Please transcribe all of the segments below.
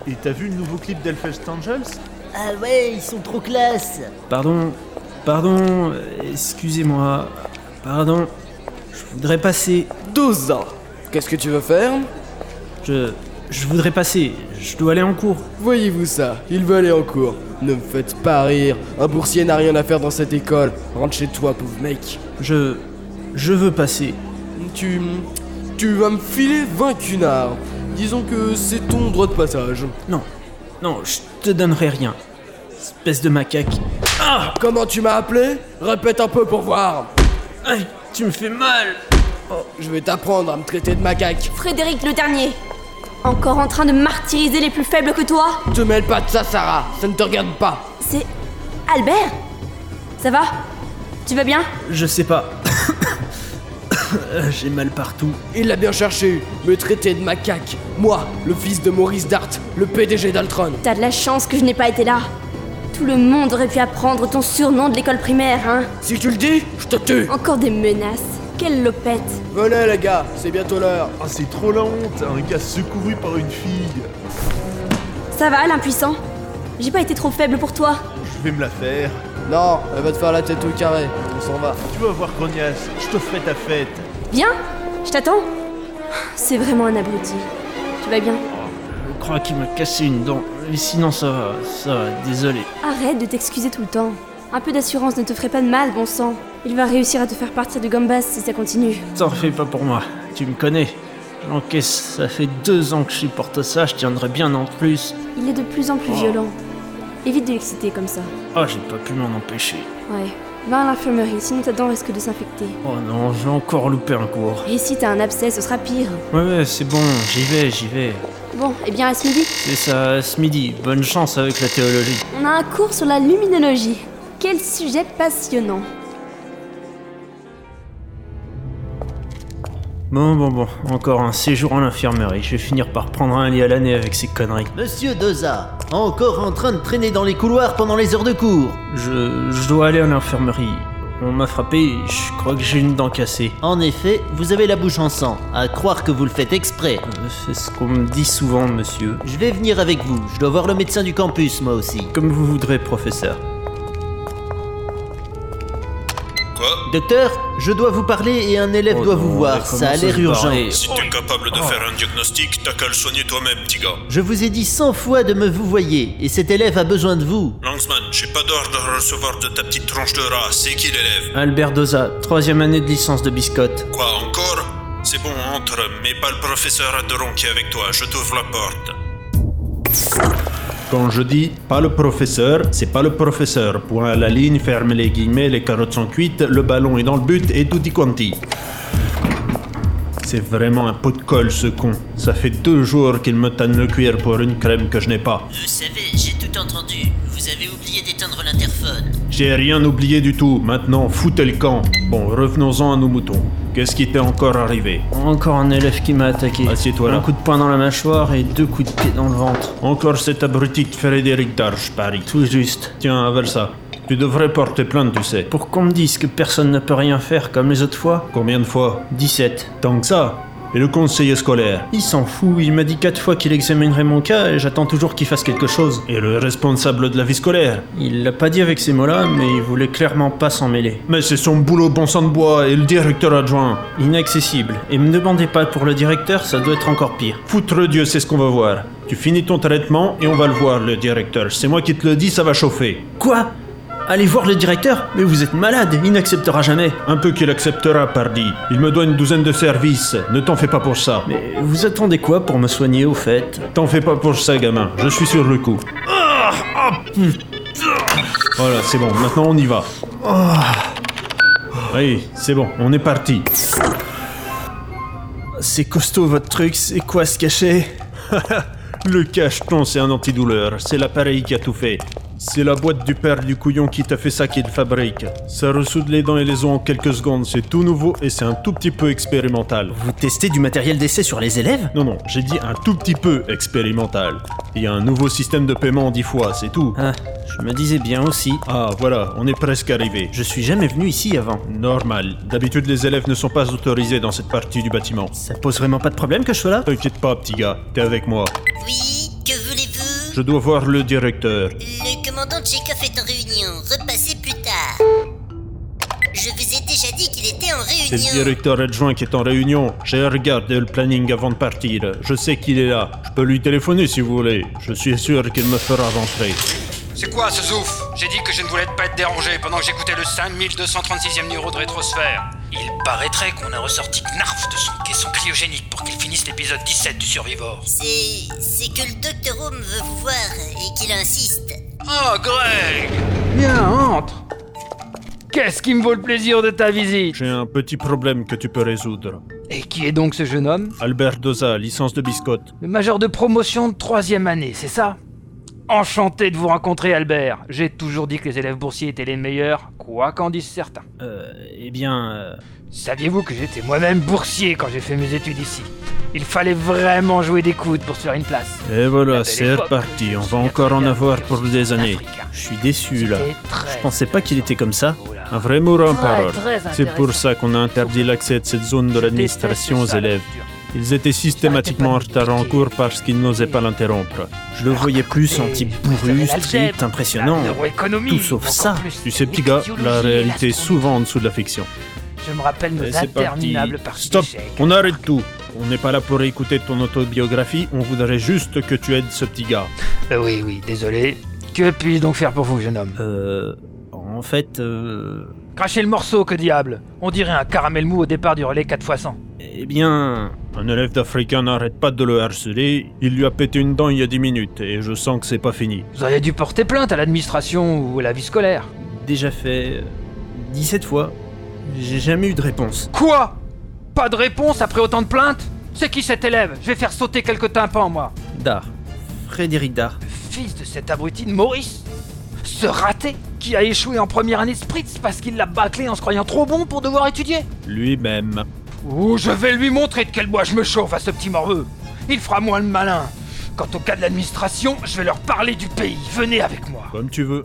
Et t'as vu le nouveau clip d'Hellfest Angels ? Ah ouais, ils sont trop classe. Pardon, excusez-moi, pardon, je voudrais passer. Doza, qu'est-ce que tu veux faire? Je voudrais passer, je dois aller en cours. Voyez-vous ça, il veut aller en cours. Ne me faites pas rire, un boursier n'a rien à faire dans cette école. Rentre chez toi, pauvre mec. Je veux passer. Tu vas me filer 20 cunards. Disons que c'est ton droit de passage. Non, je te donnerai rien. Espèce de macaque. Ah! Comment tu m'as appelé? Répète un peu pour voir. Aïe, tu me fais mal. Je vais t'apprendre à me traiter de macaque. Frédéric le dernier. Encore en train de martyriser les plus faibles que toi? Te mêle pas de ça, Sarah, ça ne te regarde pas. C'est... Albert? Ça va? Tu vas bien? Je sais pas. J'ai mal partout. Il l'a bien cherché, me traiter de macaque. Moi, le fils de Maurice Dart, le PDG d'Altron. T'as de la chance que je n'ai pas été là. Tout le monde aurait pu apprendre ton surnom de l'école primaire, hein? Si tu le dis, je te tue. Encore des menaces. Quelle lopette. Venez les gars, c'est bientôt l'heure. Ah, c'est trop la honte, un gars secouru par une fille. Ça va, l'impuissant? J'ai pas été trop faible pour toi. Je vais me la faire. Non, elle va te faire la tête au carré, on s'en va. Tu vas voir, grognasse, je te ferai ta fête. Viens, je t'attends. C'est vraiment un abruti. Tu vas bien? Je crois qu'il m'a cassé une dent. Mais sinon ça va, désolé. Arrête de t'excuser tout le temps. Un peu d'assurance ne te ferait pas de mal, bon sang. Il va réussir à te faire partir de Gambas si ça continue. T'en fais pas pour moi, tu me connais. J'encaisse, ça fait 2 ans que je supporte ça, je tiendrai bien en plus. Il est de plus en plus violent. Évite de l'exciter comme ça. Oh, j'ai pas pu m'en empêcher. Ouais. Va à l'infirmerie, sinon ta dent risque de s'infecter. Oh non, je vais encore louper un cours. Et si t'as un abcès, ce sera pire. Ouais, c'est bon, j'y vais. Bon, et bien à ce midi. C'est ça, ce midi. Bonne chance avec la théologie. On a un cours sur la luminologie. Quel sujet passionnant. Bon, encore un séjour à l'infirmerie. Je vais finir par prendre un lit à l'année avec ces conneries. Monsieur Doza, encore en train de traîner dans les couloirs pendant les heures de cours. Je dois aller à l'infirmerie. On m'a frappé, je crois que j'ai une dent cassée. En effet, vous avez la bouche en sang, à croire que vous le faites exprès. C'est ce qu'on me dit souvent, monsieur. Je vais venir avec vous, je dois voir le médecin du campus, moi aussi. Comme vous voudrez, professeur. Quoi? Docteur, je dois vous parler et un élève doit vous voir, ça a l'air urgent. Si t'es incapable de faire un diagnostic, t'as qu'à le soigner toi-même, petit gars. Je vous ai dit 100 fois de me vouvoyer, et cet élève a besoin de vous. Langsman, j'ai pas d'ordre de recevoir de ta petite tronche de rat, c'est qui l'élève? Albert Doza, 3e année de licence de biscotte. Quoi, encore? C'est bon, entre, mais pas le professeur Aderon qui est avec toi, je t'ouvre la porte. Quand je dis pas le professeur, c'est pas le professeur. Point à la ligne, ferme les guillemets, les carottes sont cuites, le ballon est dans le but et tutti quanti. C'est vraiment un pot de colle ce con. Ça fait 2 jours qu'il me tanne le cuir pour une crème que je n'ai pas. Vous savez, j'ai tout entendu. Vous avez oublié d'éteindre l'interphone. J'ai rien oublié du tout. Maintenant, foutez le camp. Bon, revenons-en à nos moutons. Qu'est-ce qui t'est encore arrivé? Encore un élève qui m'a attaqué. Assieds-toi là. Un coup de poing dans la mâchoire et 2 coups de pied dans le ventre. Encore cet abruti de Frédéric Darche, Paris. Tout juste. Tiens, avale ça. Tu devrais porter plainte, tu sais. Pour qu'on me dise que personne ne peut rien faire comme les autres fois. Combien de fois? 17. Tant que ça. Et le conseiller scolaire? Il s'en fout, il m'a dit 4 fois qu'il examinerait mon cas et j'attends toujours qu'il fasse quelque chose. Et le responsable de la vie scolaire? Il l'a pas dit avec ces mots-là, mais il voulait clairement pas s'en mêler. Mais c'est son boulot, bon sang de bois, et le directeur adjoint. Inaccessible. Et me demandez pas pour le directeur, ça doit être encore pire. Foutre Dieu, c'est ce qu'on va voir. Tu finis ton traitement et on va le voir, le directeur. C'est moi qui te le dis, ça va chauffer. Quoi? Allez voir le directeur? Mais vous êtes malade, il n'acceptera jamais. Un peu qu'il acceptera, pardi. Il me doit une 12aine de services, ne t'en fais pas pour ça. Mais vous attendez quoi pour me soigner au fait? T'en fais pas pour ça, gamin, je suis sur le coup. Voilà, c'est bon, maintenant on y va. Oui, c'est bon, on est parti. C'est costaud votre truc, c'est quoi ce cachet? Le cacheton, c'est un antidouleur, c'est l'appareil qui a tout fait. C'est la boîte du père du couillon qui t'a fait ça qui le fabrique. Ça ressoude les dents et les os en quelques secondes, c'est tout nouveau et c'est un tout petit peu expérimental. Vous testez du matériel d'essai sur les élèves? Non, j'ai dit un tout petit peu expérimental. Il y a un nouveau système de paiement en 10 fois, c'est tout. Ah, je me disais bien aussi. Ah, voilà, on est presque arrivé. Je suis jamais venu ici avant. Normal. D'habitude, les élèves ne sont pas autorisés dans cette partie du bâtiment. Ça pose vraiment pas de problème que je sois là? T'inquiète pas, petit gars, t'es avec moi. Oui, que voulez-vous? Je dois voir le directeur. Le commandant Tchekhov est en réunion. Repassez plus tard. Je vous ai déjà dit qu'il était en C'est le réunion. directeur adjoint qui est en réunion. J'ai regardé le planning avant de partir. Je sais qu'il est là. Je peux lui téléphoner si vous voulez. Je suis sûr qu'il me fera rentrer. C'est quoi ce zouf? J'ai dit que je ne voulais pas être dérangé pendant que j'écoutais le 5236e numéro de Rétrosphère. Il paraîtrait qu'on a ressorti Knarf de son caisson cryogénique pour qu'il finisse l'épisode 17 du Survivor. C'est que le Dr Home veut vous voir et qu'il insiste. Oh, Greg! Viens, entre! Qu'est-ce qui me vaut le plaisir de ta visite? J'ai un petit problème que tu peux résoudre. Et qui est donc ce jeune homme? Albert Doza, licence de biscotte. Le major de promotion de 3e année, c'est ça? Enchanté de vous rencontrer, Albert. J'ai toujours dit que les élèves boursiers étaient les meilleurs, quoi qu'en disent certains. Saviez-vous que j'étais moi-même boursier quand j'ai fait mes études ici? Il fallait vraiment jouer des coudes pour se faire une place. Et voilà, c'est reparti. On va encore en avoir pour des années. Je suis déçu là. Je pensais pas qu'il était comme ça. Un vrai mourant en parole. très C'est pour ça qu'on a interdit l'accès de cette zone de l'administration aux élèves. Ils étaient systématiquement en retard en cours parce qu'ils n'osaient pas l'interrompre. Je le voyais plus en type bourru, strict, impressionnant. Tout sauf ça. Tu sais, petit gars, la réalité est souvent en dessous de la fiction. Je me rappelle nos Et c'est parti. interminables parties Stop, d'échecs. on arrête tout. On n'est pas là pour écouter ton autobiographie, on voudrait juste que tu aides ce petit gars. Oui, désolé. Que puis-je donc faire pour vous, jeune homme? En fait, Crachez le morceau, que diable! On dirait un caramel mou au départ du relais 4x100. eh bien, Un élève d'Africain n'arrête pas de le harceler, il lui a pété une dent il y a 10 minutes, et je sens que c'est pas fini. Vous auriez dû porter plainte à l'administration ou à la vie scolaire. déjà fait 17 fois. J'ai jamais eu de réponse. Quoi? Pas de réponse après autant de plaintes? C'est qui cet élève? Je vais faire sauter quelques tympans, moi. Dar. Frédéric Dar. Fils de cet abruti de Maurice? Ce raté qui a échoué en première année Spritz parce qu'il l'a bâclé en se croyant trop bon pour devoir étudier? Lui-même. Oh, je vais lui montrer de quel bois je me chauffe à ce petit morveux. Il fera moins le malin. Quant au cas de l'administration, je vais leur parler du pays. Venez avec moi. Comme tu veux.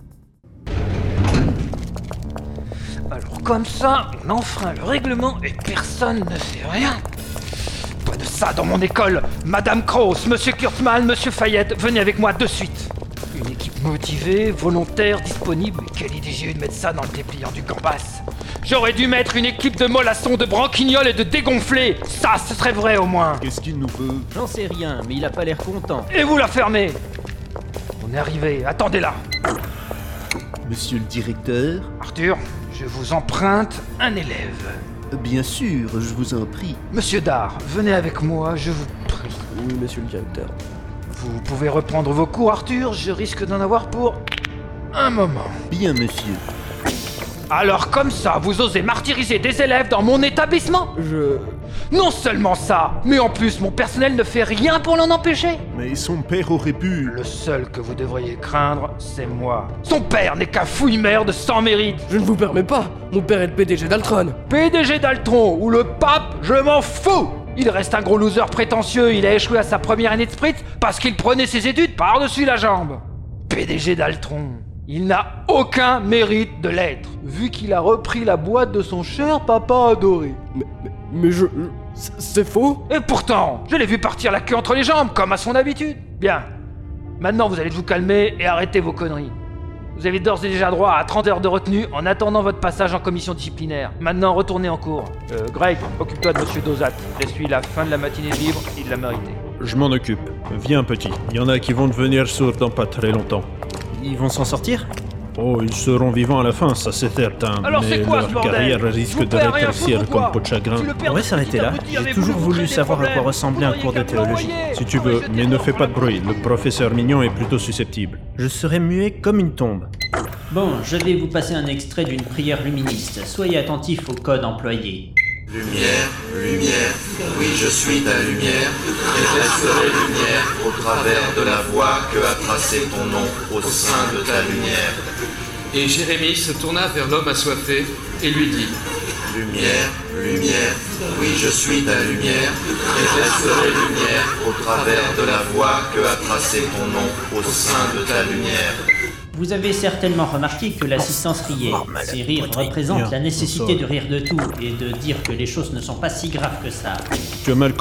Alors comme ça, on enfreint le règlement et personne ne fait rien. Pas de ça dans mon école. Madame Krauss, Monsieur Kurtzmann, Monsieur Fayette, venez avec moi de suite. Une équipe motivée, volontaire, disponible. Quelle idée j'ai eu de mettre ça dans le dépliant du Gambas. J'aurais dû mettre une équipe de mollassons, de branquignoles et de dégonflés. Ça, ce serait vrai au moins. Qu'est-ce qu'il nous veut? J'en sais rien, mais il a pas l'air content. Et vous la fermez. On est arrivé, attendez là. Monsieur le directeur? Arthur, je vous emprunte un élève. Bien sûr, je vous en prie. Monsieur Dar, venez avec moi, je vous prie. Oui, monsieur le directeur. Vous pouvez reprendre vos cours, Arthur, je risque d'en avoir pour un moment. Bien, monsieur. Alors comme ça, vous osez martyriser des élèves dans mon établissement? Non seulement ça, mais en plus mon personnel ne fait rien pour l'en empêcher. Mais son père aurait pu... Le seul que vous devriez craindre, c'est moi. Son père n'est qu'un fouille-merde sans mérite. Je ne vous permets pas. Mon père est le PDG d'Altron. PDG d'Altron ou le pape, je m'en fous. Il reste un gros loser prétentieux, il a échoué à sa première année de Spritz parce qu'il prenait ses études par-dessus la jambe. PDG d'Altron, il n'a aucun mérite de l'être, vu qu'il a repris la boîte de son cher papa adoré. Mais c'est faux. Et pourtant, je l'ai vu partir la queue entre les jambes, comme à son habitude. Bien. Maintenant, vous allez vous calmer et arrêter vos conneries. Vous avez d'ores et déjà droit à 30 heures de retenue en attendant votre passage en commission disciplinaire. Maintenant, retournez en cours. Greg, occupe-toi de Monsieur Dozat. Laisse-lui la fin de la matinée libre, il l'a mérité. Je m'en occupe. Viens, petit. Il y en a qui vont devenir sourds dans pas très longtemps. Ils vont s'en sortir? Oh, ils seront vivants à la fin, ça c'est certain. Alors mais c'est quoi leur ce bordel? carrière Je risque vous de paie rien rétrécir foutre, comme quoi. peau de chagrin. Tu le perds On va de s'arrêter là. petit J'ai abruti toujours avec voulu vous savoir à créer quoi des ressemblait un problèmes. cours de théologie. Si tu veux, mais ne fais pas de bruit. Le professeur Mignon est plutôt susceptible. Je serais muet comme une tombe. Bon, je vais vous passer un extrait d'une prière luministe. Soyez attentifs au code employé. Lumière, lumière, oui je suis ta lumière, et resterai lumière au travers de la voie que a tracée ton nom au sein de ta lumière. Et Jérémie se tourna vers l'homme assoiffé et lui dit: Lumière, lumière, oui je suis ta lumière, et resterai lumière au travers de la voie que a tracée ton nom au sein de ta lumière. Vous avez certainement remarqué que l'assistance riait. Ces rires représentent la nécessité de rire de tout et de dire que les choses ne sont pas si graves que ça. Tu as mal comment?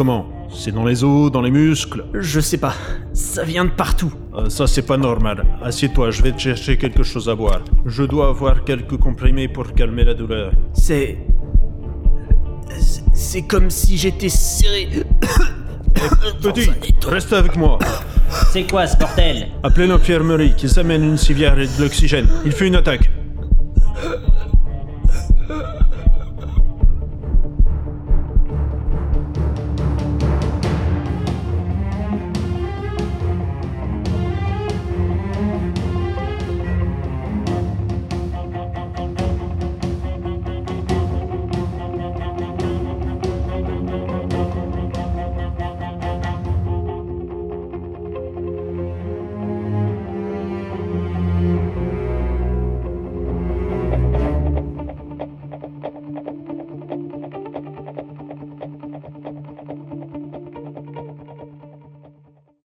C'est dans les os, dans les muscles. Je sais pas. Ça vient de partout. Ça, c'est pas normal. Assieds-toi, je vais te chercher quelque chose à boire. Je dois avoir quelques comprimés pour calmer la douleur. C'est comme si j'étais serré. Petit, reste avec moi. C'est quoi ce bordel? Appelez l'infirmerie, qu'ils amènent une civière et de l'oxygène. Il fait une attaque.